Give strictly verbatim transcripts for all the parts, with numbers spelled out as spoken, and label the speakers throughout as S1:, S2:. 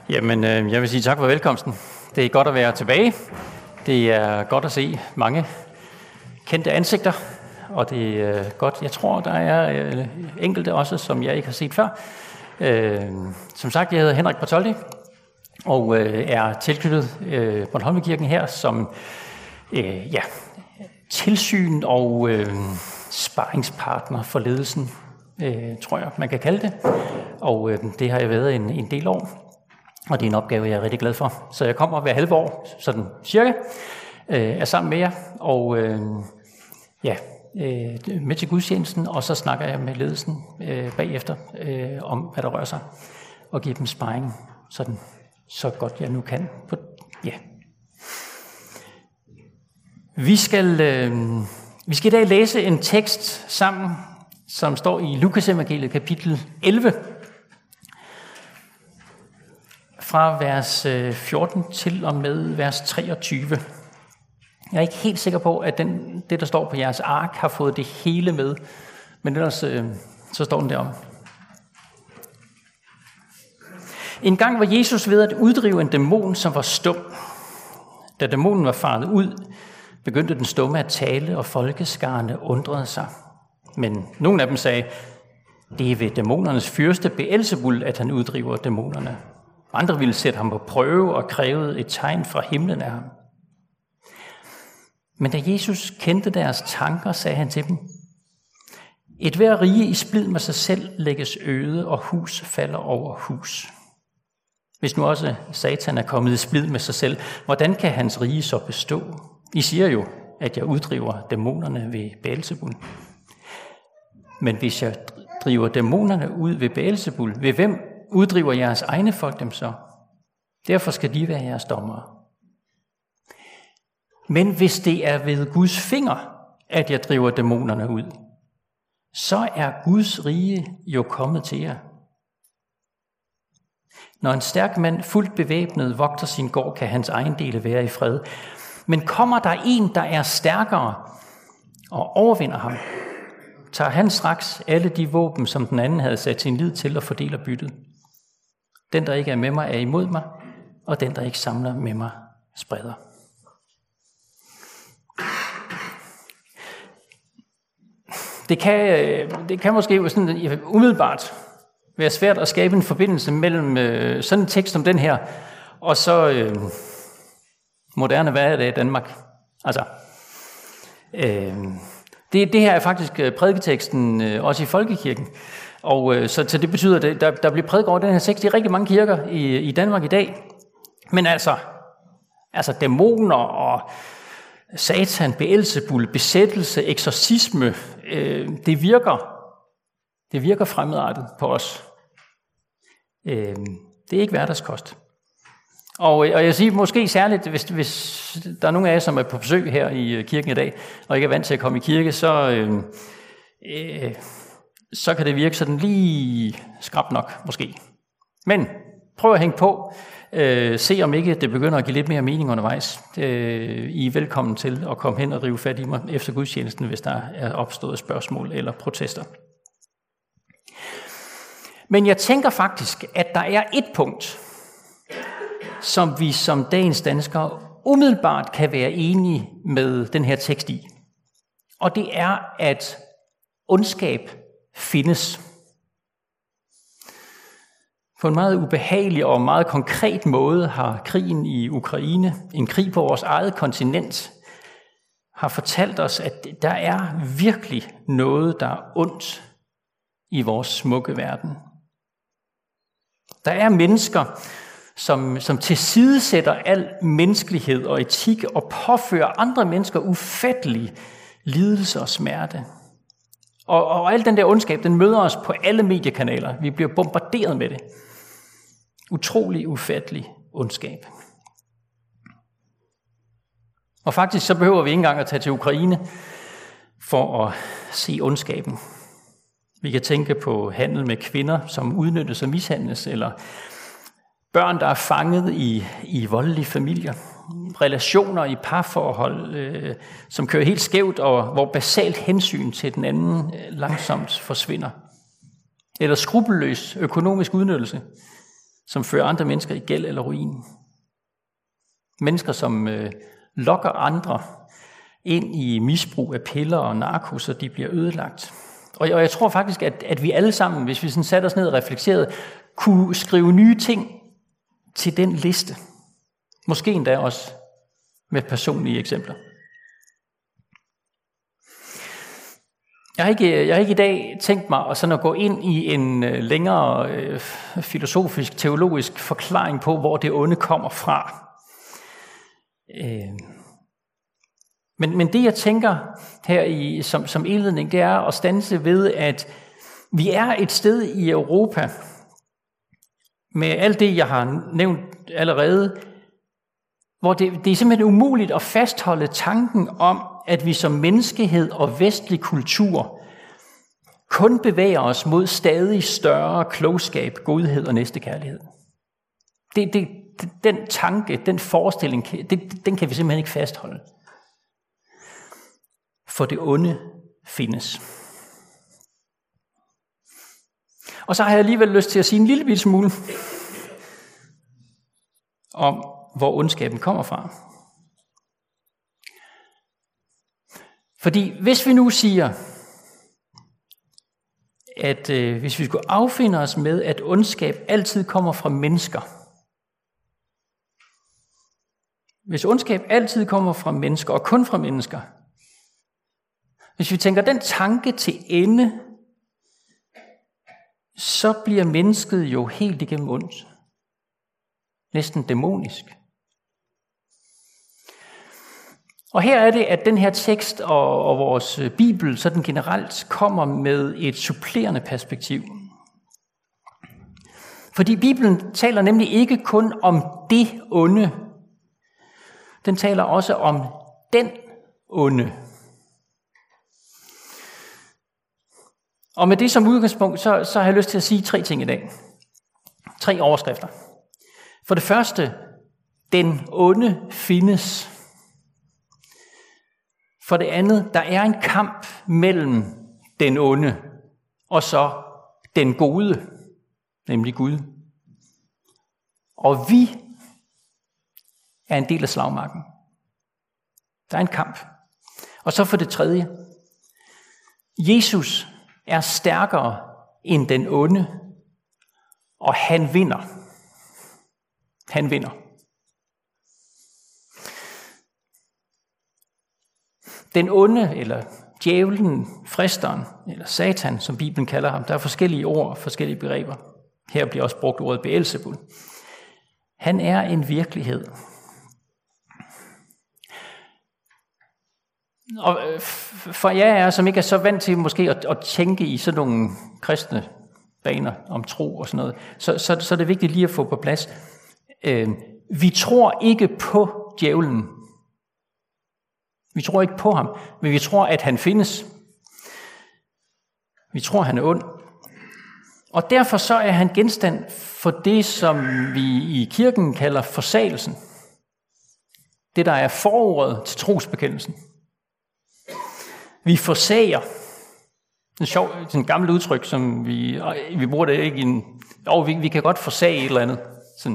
S1: Jamen, øh, jeg vil sige tak for velkomsten. Det er godt at være tilbage. Det er godt at se mange kendte ansigter, og det er godt. Jeg tror, der er øh, enkelte også, som jeg ikke har set før. Øh, som sagt, jeg hedder Henrik Bartholdi, og øh, er tilknyttet øh, Bornholmekirken her som øh, ja, tilsyn og øh, sparringspartner for ledelsen, øh, tror jeg, man kan kalde det. Og øh, det har jeg været en, en del år. Og det er en opgave, jeg er rigtig glad for. Så jeg kommer hver halve år, sådan cirka, øh, er sammen med jer, og øh, ja, øh, med til gudstjenesten, og så snakker jeg med ledelsen øh, bagefter øh, om, hvad der rører sig, og giver dem sparring, sådan så godt jeg nu kan. På, ja. Vi skal, øh, vi skal i dag læse en tekst sammen, som står i Lukas evangeliet kapitel elleve, fra vers fjorten til og med vers treogtyve. Jeg er ikke helt sikker på, at den, det, der står på jeres ark, har fået det hele med, men ellers øh, så står den derom. En gang var Jesus ved at uddrive en dæmon, som var stum. Da dæmonen var faret ud, begyndte den stumme at tale, og folkeskarne undrede sig. Men nogle af dem sagde, det er ved dæmonernes fyrste Beelzebul, at han uddriver dæmonerne. Andre ville sætte ham på prøve og krævede et tegn fra himlen af ham. Men da Jesus kendte deres tanker, sagde han til dem, et hver rige i splid med sig selv lægges øde, og hus falder over hus. Hvis nu også Satan er kommet i splid med sig selv, hvordan kan hans rige så bestå? I siger jo, at jeg uddriver dæmonerne ved Beelzebul. Men hvis jeg driver dæmonerne ud ved Beelzebul, ved hvem uddriver jeres egne folk dem så? Derfor skal de være jeres dommere. Men hvis det er ved Guds finger, at jeg driver dæmonerne ud, så er Guds rige jo kommet til jer. Når en stærk mand fuldt bevæbnet vogter sin gård, kan hans ejendele være i fred. Men kommer der en, der er stærkere og overvinder ham, tager han straks alle de våben, som den anden havde sat sin lid til, og fordeler byttet. Den, der ikke er med mig, er imod mig, og den, der ikke samler med mig, spreder. Det kan, det kan måske sådan umiddelbart være svært at skabe en forbindelse mellem sådan en tekst som den her, og så øh, moderne hverdag i Danmark. Altså, øh, det, det her er faktisk prædiketeksten øh, også i folkekirken. Og øh, så, så det betyder, at der, der bliver prædiket over den her tekst i rigtig mange kirker i, i Danmark i dag. Men altså, altså dæmoner og satan, Beelzebul, besættelse, eksorcisme, øh, det virker, det virker fremmedartet på os. Øh, det er ikke hverdagskost. Og, og jeg siger måske særligt, hvis, hvis der er nogen af jer, som er på besøg her i kirken i dag, og ikke er vant til at komme i kirke, så... Øh, øh, så kan det virke sådan lige skrab nok, måske. Men prøv at hænge på. Øh, se om ikke det begynder at give lidt mere mening undervejs. Øh, I er velkommen til at komme hen og rive fat i mig efter gudstjenesten, hvis der er opstået spørgsmål eller protester. Men jeg tænker faktisk, at der er et punkt, som vi som dagens danskere umiddelbart kan være enige med den her tekst i. Og det er, at ondskab findes. På en meget ubehagelig og meget konkret måde har krigen i Ukraine, en krig på vores eget kontinent, har fortalt os, at der er virkelig noget, der er ondt i vores smukke verden. Der er mennesker, som, som tilsidesætter al menneskelighed og etik og påfører andre mennesker ufattelig lidelse og smerte. Og, og al den der ondskab, den møder os på alle mediekanaler. Vi bliver bombarderet med det. Utrolig ufattelig ondskab. Og faktisk så behøver vi ikke engang at tage til Ukraine for at se ondskaben. Vi kan tænke på handel med kvinder, som udnyttes og mishandles, eller børn, der er fanget i, i voldelige familier. Relationer i parforhold, øh, som kører helt skævt, og hvor basalt hensyn til den anden øh, langsomt forsvinder. Eller skrupelløs økonomisk udnyttelse, som fører andre mennesker i gæld eller ruin. Mennesker, som øh, lokker andre ind i misbrug af piller og narko, så de bliver ødelagt. Og jeg, og jeg tror faktisk, at, at vi alle sammen, hvis vi sådan satte os ned og reflekterede, kunne skrive nye ting til den liste. Måske endda også med personlige eksempler. Jeg har ikke, jeg har ikke i dag tænkt mig at, sådan at gå ind i en længere øh, filosofisk, teologisk forklaring på, hvor det onde kommer fra. Øh. Men, men det, jeg tænker her i, som, som indledning, det er at standse ved, at vi er et sted i Europa, med alt det, jeg har nævnt allerede, hvor det, det er simpelthen umuligt at fastholde tanken om, at vi som menneskehed og vestlig kultur kun bevæger os mod stadig større klogskab, godhed og næstekærlighed. Det, det, den tanke, den forestilling, det, den kan vi simpelthen ikke fastholde. For det onde findes. Og så har jeg alligevel lyst til at sige en lille bitte smule om, hvor ondskaben kommer fra. Fordi hvis vi nu siger, at øh, hvis vi skulle affinde os med, at ondskab altid kommer fra mennesker, hvis ondskab altid kommer fra mennesker, og kun fra mennesker, hvis vi tænker den tanke til ende, så bliver mennesket jo helt igennem ondt. Næsten dæmonisk. Og her er det, at den her tekst og, og vores Bibel sådan generelt kommer med et supplerende perspektiv. Fordi Bibelen taler nemlig ikke kun om det onde. Den taler også om den onde. Og med det som udgangspunkt, så, så har jeg lyst til at sige tre ting i dag. Tre overskrifter. For det første, den onde findes. For det andet, der er en kamp mellem den onde og så den gode, nemlig Gud. Og vi er en del af slagmarken. Der er en kamp. Og så for det tredje, Jesus er stærkere end den onde, og han vinder. Han vinder. Den onde, eller djævlen, fristeren, eller satan, som Bibelen kalder ham, der er forskellige ord, forskellige begreber. Her bliver også brugt ordet Beelzebul. Han er en virkelighed. Og for jer er, som ikke er så vant til måske at, at tænke i sådan nogle kristne baner om tro og sådan noget, så, så, så er det vigtigt lige at få på plads. Øh, vi tror ikke på djævlen. Vi tror ikke på ham, men vi tror, at han findes. Vi tror, han er ond. Og derfor så er han genstand for det, som vi i kirken kalder forsagelsen. Det, der er forordet til trosbekendelsen. Vi forsager. Det er sjovt, det er en gammel udtryk, som vi, vi bruger det ikke i en... Jo, vi, vi kan godt forsage et eller andet. Sådan.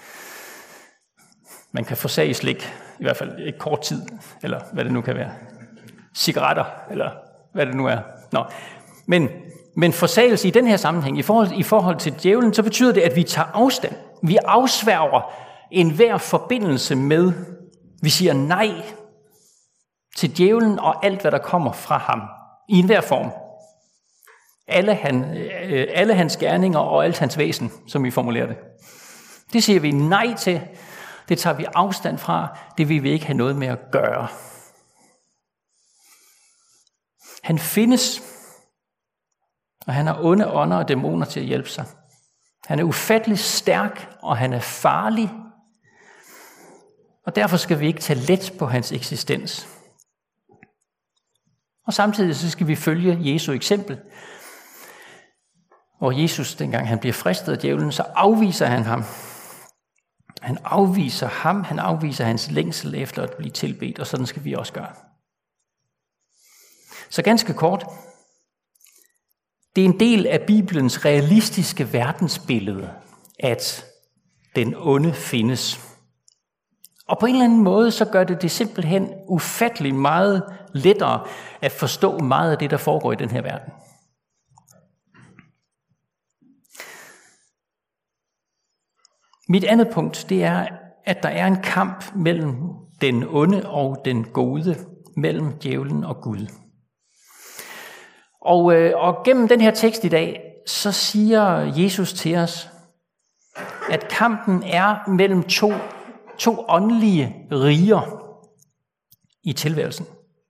S1: Man kan forsage slik, i hvert fald ikke kort tid, eller hvad det nu kan være. Cigaretter, eller hvad det nu er. Nå. Men, men forsagelse i den her sammenhæng, i forhold, i forhold til djævlen, så betyder det, at vi tager afstand. Vi afsværger enhver forbindelse med, vi siger nej til djævlen og alt, hvad der kommer fra ham, i enhver form. Alle, han, alle hans gerninger og alt hans væsen, som vi formulerer det. Det siger vi nej til. Det tager vi afstand fra. Det vil vi ikke have noget med at gøre. Han findes, og han har onde ånder og dæmoner til at hjælpe sig. Han er ufattelig stærk, og han er farlig. Og derfor skal vi ikke tage let på hans eksistens. Og samtidig så skal vi følge Jesu eksempel. Hvor Jesus, dengang han bliver fristet af djævlen, så afviser han ham. Han afviser ham, han afviser hans længsel efter at blive tilbedt, og sådan skal vi også gøre. Så ganske kort, det er en del af Bibelens realistiske verdensbillede, at den onde findes. Og på en eller anden måde, så gør det det simpelthen ufattelig meget lettere at forstå meget af det, der foregår i den her verden. Mit andet punkt, det er, at der er en kamp mellem den onde og den gode, mellem djævlen og Gud. Og, øh, og gennem den her tekst i dag, så siger Jesus til os, at kampen er mellem to, to åndelige riger i tilværelsen.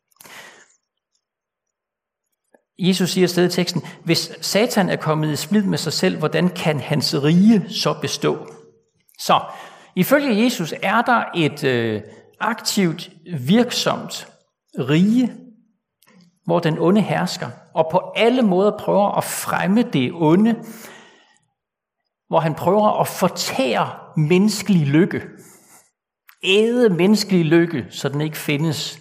S1: Jesus siger stadig i teksten, hvis Satan er kommet i splid med sig selv, hvordan kan hans rige så bestå? Så ifølge Jesus er der et øh, aktivt, virksomt rige, hvor den onde hersker, og på alle måder prøver at fremme det onde, hvor han prøver at fortære menneskelig lykke. Æde menneskelig lykke, så den ikke findes.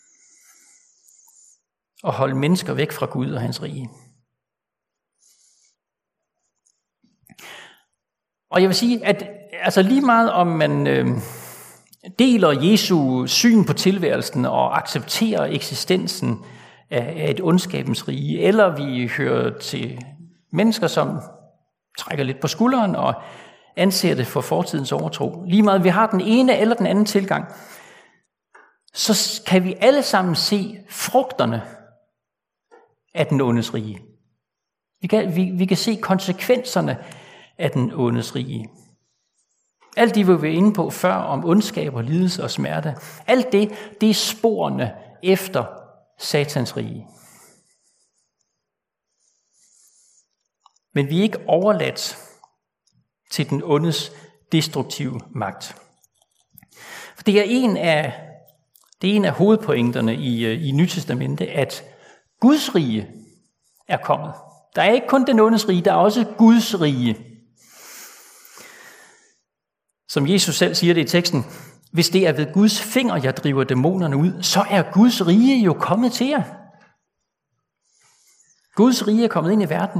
S1: Og holde mennesker væk fra Gud og hans rige. Og jeg vil sige, at altså lige meget om man øh, deler Jesu syn på tilværelsen og accepterer eksistensen af et ondskabens rige, eller vi hører til mennesker, som trækker lidt på skulderen og anser det for fortidens overtro. Lige meget vi har den ene eller den anden tilgang, så kan vi alle sammen se frugterne af den ondes rige. Vi kan, vi, vi kan se konsekvenserne af den ondes rige. Alt det, vi var inde på før om ondskab og lidelse og smerte, alt det, det er sporene efter Satans rige. Men vi er ikke overladt til den ondes destruktive magt. For det er en af, det er en af hovedpointerne i, i Nyt Testamente, at Guds rige er kommet. Der er ikke kun den ondes rige, der er også Guds rige. Som Jesus selv siger det i teksten, hvis det er ved Guds finger, jeg driver dæmonerne ud, så er Guds rige jo kommet til jer. Guds rige er kommet ind i verden.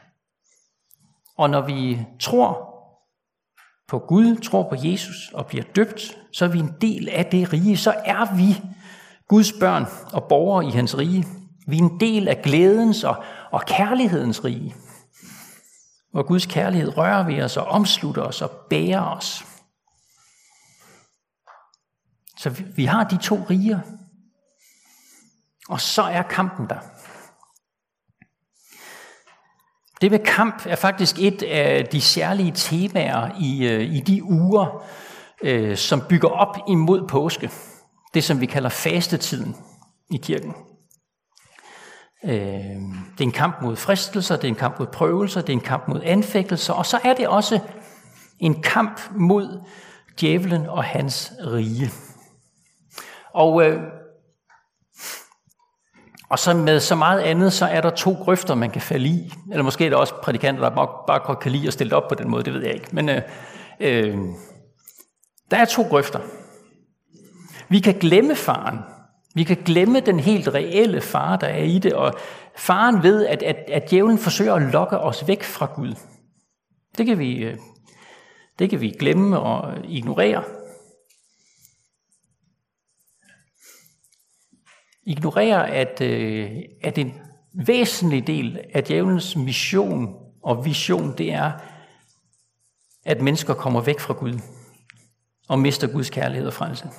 S1: Og når vi tror på Gud, tror på Jesus og bliver døbt, så er vi en del af det rige. Så er vi Guds børn og borgere i hans rige. Vi er en del af glædens og, og kærlighedens rige. Hvor Guds kærlighed rører ved os og omslutter os og bærer os. Så vi, vi har de to riger. Og så er kampen der. Det med kamp er faktisk et af de særlige temaer i, i de uger, øh, som bygger op imod påske. Det, som vi kalder fastetiden i kirken. Øh, det er en kamp mod fristelser, det er en kamp mod prøvelser, det er en kamp mod anfægtelser, og så er det også en kamp mod djævlen og hans rige. Og, øh, og så med så meget andet, så er der to grøfter, man kan falde i. Eller måske er der også prædikanter, der bare, bare godt kan lide at stille det op på den måde, det ved jeg ikke. Men øh, øh, der er to grøfter. Vi kan glemme faren. Vi kan glemme den helt reelle fare, der er i det, og faren ved, at, at, at djævlen forsøger at lokke os væk fra Gud. Det kan vi, det kan vi glemme og ignorere. Ignorere, at, at en væsentlig del af djævelens mission og vision, det er, at mennesker kommer væk fra Gud og mister Guds kærlighed og frelse.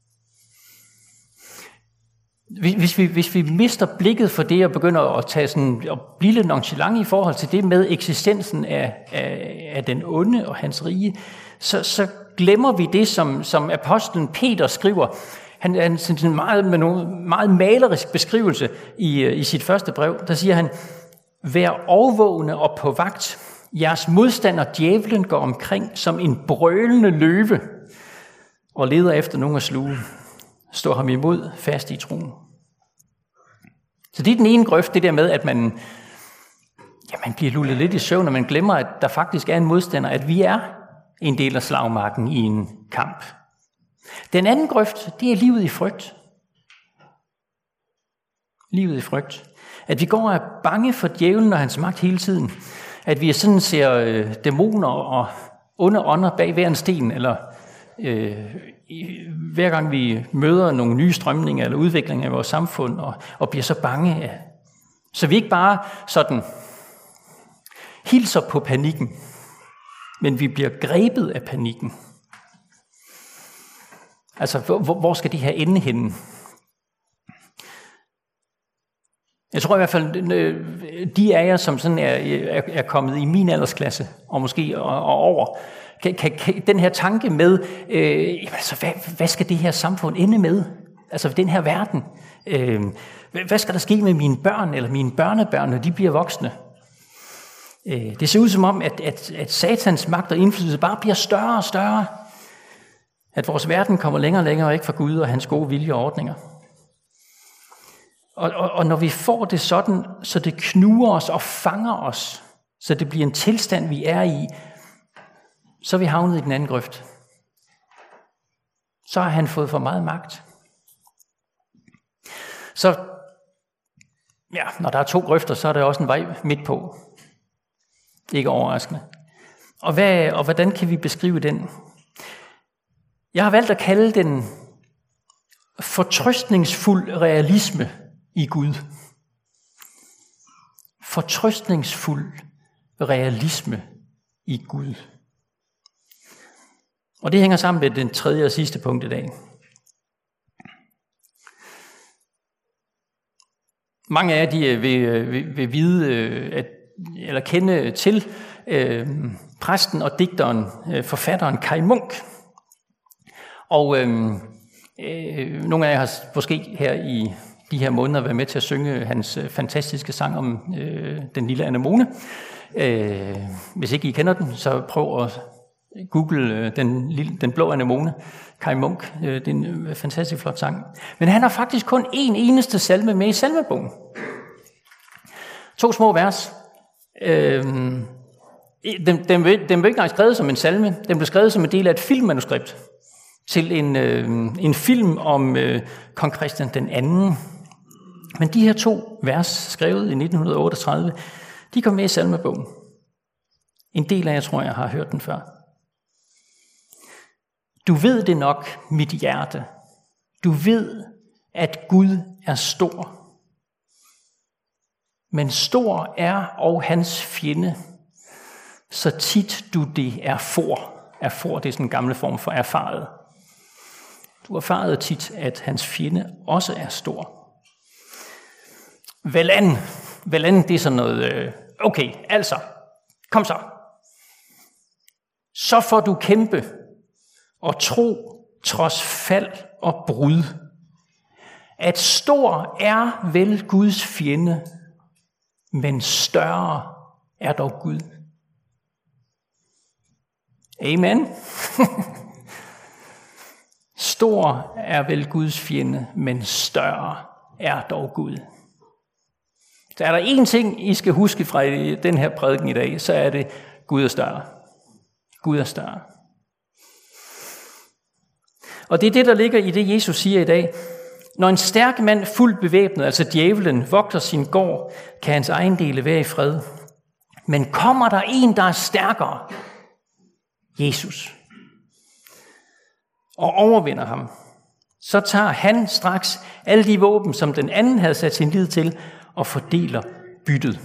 S1: Hvis vi, hvis vi mister blikket for det og begynder at, tage sådan, at blive lidt nonchalant i forhold til det med eksistensen af, af, af den onde og hans rige, så, så glemmer vi det, som, som apostlen Peter skriver. Han er en meget, med en meget malerisk beskrivelse i, i sit første brev. Der siger han, vær overvågne og på vagt. Jeres modstander djævlen går omkring som en brølende løve og leder efter nogen at sluge. Stå ham imod fast i troen. Så det er den ene grøft, det der med, at man, ja, man bliver lullet lidt i søvn, og man glemmer, at der faktisk er en modstander, at vi er en del af slagmarken i en kamp. Den anden grøft, det er livet i frygt. Livet i frygt. At vi går og er bange for djævlen og hans magt hele tiden. At vi sådan ser øh, dæmoner og onde ånder bag hver en sten, eller øh, hver gang vi møder nogle nye strømninger eller udviklinger i vores samfund, og, og bliver så bange af. Så vi ikke bare sådan hilser på panikken, men vi bliver grebet af panikken. Altså, hvor, hvor skal det her ende henne? Jeg tror i hvert fald, de af jer, som sådan er, er, er kommet i min aldersklasse, og måske og, og over, kan, kan, kan den her tanke med, øh, altså, hvad, hvad skal det her samfund ende med? Altså den her verden. Øh, hvad skal der ske med mine børn eller mine børnebørn, når de bliver voksne? Øh, det ser ud som om, at, at, at satans magt og indflydelse bare bliver større og større. At vores verden kommer længere og længere væk fra Gud og hans gode vilje og ordninger. Og, og, og når vi får det sådan, så det knuger os og fanger os, så det bliver en tilstand, vi er i, så er vi havnet i den anden grøft. Så har han fået for meget magt. Så ja, når der er to grøfter, så er der også en vej midt på. Ikke overraskende. Og, hvad, og hvordan kan vi beskrive den? Jeg har valgt at kalde den fortrøstningsfuld realisme i Gud. Fortrøstningsfuld realisme i Gud. Og det hænger sammen med den tredje og sidste punkt i dag. Mange af jer de vil, vil, vil vide, at, eller kende til øh, præsten og digteren, øh, forfatteren Kaj Munk. Og øh, øh, nogle af jer har måske her i de her måneder været med til at synge hans fantastiske sang om øh, den lille anemone. Øh, hvis ikke I kender den, så prøv at google øh, den, lille, den blå anemone, Kaj Munk. Øh, det er en fantastisk flot sang. Men han har faktisk kun én eneste salme med i salmebogen. To små vers. Øh, den, den, blev, den blev ikke engang skrevet som en salme. Den blev skrevet som en del af et filmmanuskript til en, øh, en film om øh, kong Christian den anden. Men de her to vers, skrevet i nitten otteogtredive, de kom med i salmebogen. En del af jer, tror jeg, har hørt den før. Du ved det nok, mit hjerte. Du ved, at Gud er stor. Men stor er og hans fjende, så tit du det er for. Erfor, det er sådan en gammel form for erfaret. Du erfarede tit, at hans fjende også er stor. Velan, velan, det er sådan noget, okay, altså, kom så. Så får du kæmpe og tro trods fald og brud. At stor er vel Guds fjende, men større er dog Gud. Amen. Stor er vel Guds fjende, men større er dog Gud. Så er der én ting, I skal huske fra den her prædiken i dag, så er det, Gud er større. Gud er større. Og det er det, der ligger i det, Jesus siger i dag. Når en stærk mand fuldt bevæbnet, altså djævelen, vogter sin gård, kan hans ejendele være i fred. Men kommer der en, der er stærkere, Jesus, og overvinder ham, så tager han straks alle de våben, som den anden havde sat sin lid til, og fordeler byttet.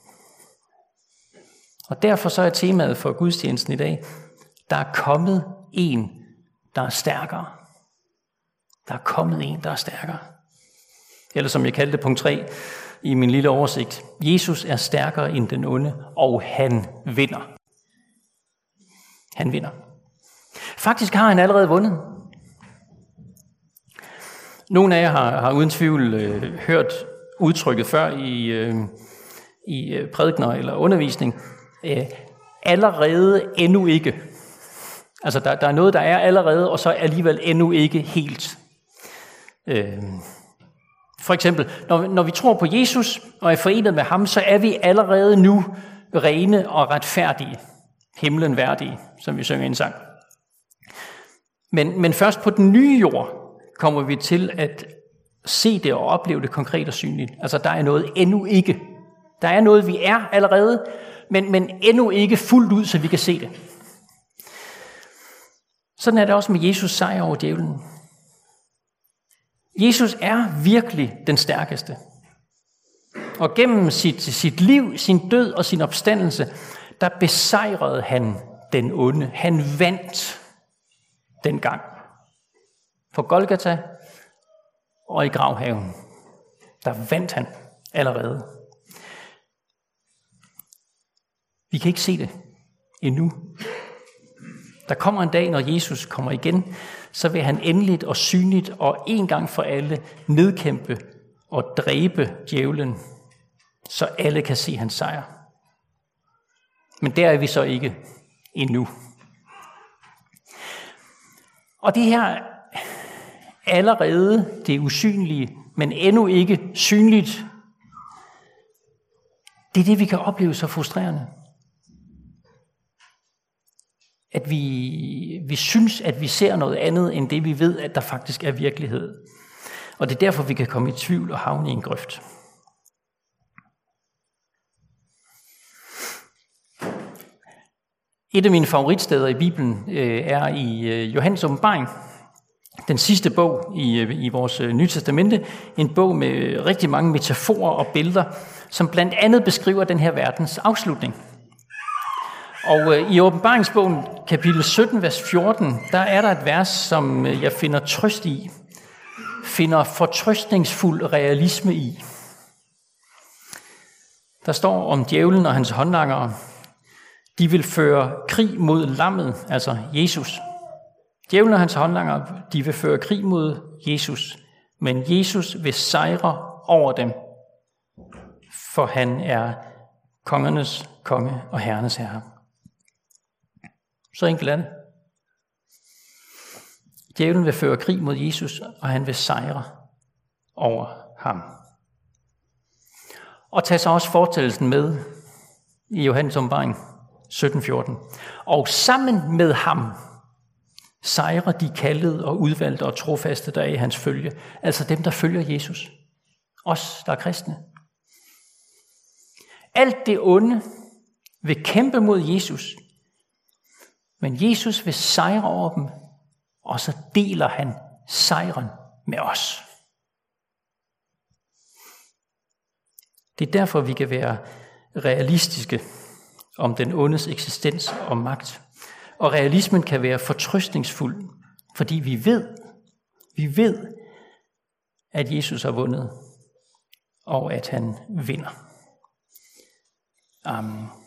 S1: Og derfor så er temaet for gudstjenesten i dag, der er kommet en, der er stærkere. Der er kommet en, der er stærkere. Eller som jeg kaldte det, punkt tre i min lille oversigt. Jesus er stærkere end den onde, og han vinder. Han vinder. Faktisk har han allerede vundet. Nogle af jer har, har uden tvivl øh, hørt udtrykket før i, øh, i prædikener eller undervisning. Øh, allerede endnu ikke. Altså der, der er noget, der er allerede, og så alligevel endnu ikke helt. Øh, for eksempel, når, når vi tror på Jesus og er forenet med ham, så er vi allerede nu rene og retfærdige. Himlen værdige, som vi synger i en sang. Men, men først på den nye jord kommer vi til at se det og opleve det konkret og synligt. Altså der er noget endnu ikke. Der er noget, vi er allerede, men, men endnu ikke fuldt ud, så vi kan se det. Sådan er det også med Jesus sejr over djævlen. Jesus er virkelig den stærkeste. Og gennem sit, sit liv, sin død og sin opstandelse, der besejrede han den onde. Han vandt dengang. På Golgata og i gravhaven, der vandt han allerede. Vi kan ikke se det endnu. Der kommer en dag, når Jesus kommer igen, så vil han endeligt og synligt og en gang for alle nedkæmpe og dræbe djævlen, så alle kan se hans sejr. Men der er vi så ikke endnu. Og det her allerede det usynlige, men endnu ikke synligt, det er det, vi kan opleve så frustrerende. At vi, vi synes, at vi ser noget andet, end det vi ved, at der faktisk er virkelighed. Og det er derfor, vi kan komme i tvivl og havne i en grøft. Et af mine favoritsteder i Bibelen øh, er i øh, Johannes åbenbaring. Den sidste bog i, øh, i vores øh, Nye Testamente. En bog med rigtig mange metaforer og billeder, som blandt andet beskriver den her verdens afslutning. Og øh, i åbenbaringsbogen, kapitel sytten, vers fjorten, der er der et vers, som øh, jeg finder trøst i. Finder fortrøstningsfuld realisme i. Der står om djævlen og hans håndlangere. De vil føre krig mod lammet, altså Jesus. Djævlen og hans håndlangere, de vil føre krig mod Jesus. Men Jesus vil sejre over dem, for han er kongernes konge og herrenes herre. Så enkelt er det. Djævlen vil føre krig mod Jesus, og han vil sejre over ham. Og tag så også fortællelsen med i Johannes åbenbaring sytten fjorten. Og sammen med ham sejrer de kaldede og udvalgte og trofaste, der er i hans følge. Altså dem, der følger Jesus. Os, der er kristne. Alt det onde vil kæmpe mod Jesus. Men Jesus vil sejre over dem, og så deler han sejren med os. Det er derfor, vi kan være realistiske om den ondes eksistens og magt. Og realismen kan være fortrøstningsfuld, fordi vi ved, vi ved, at Jesus har vundet, og at han vinder. Amen.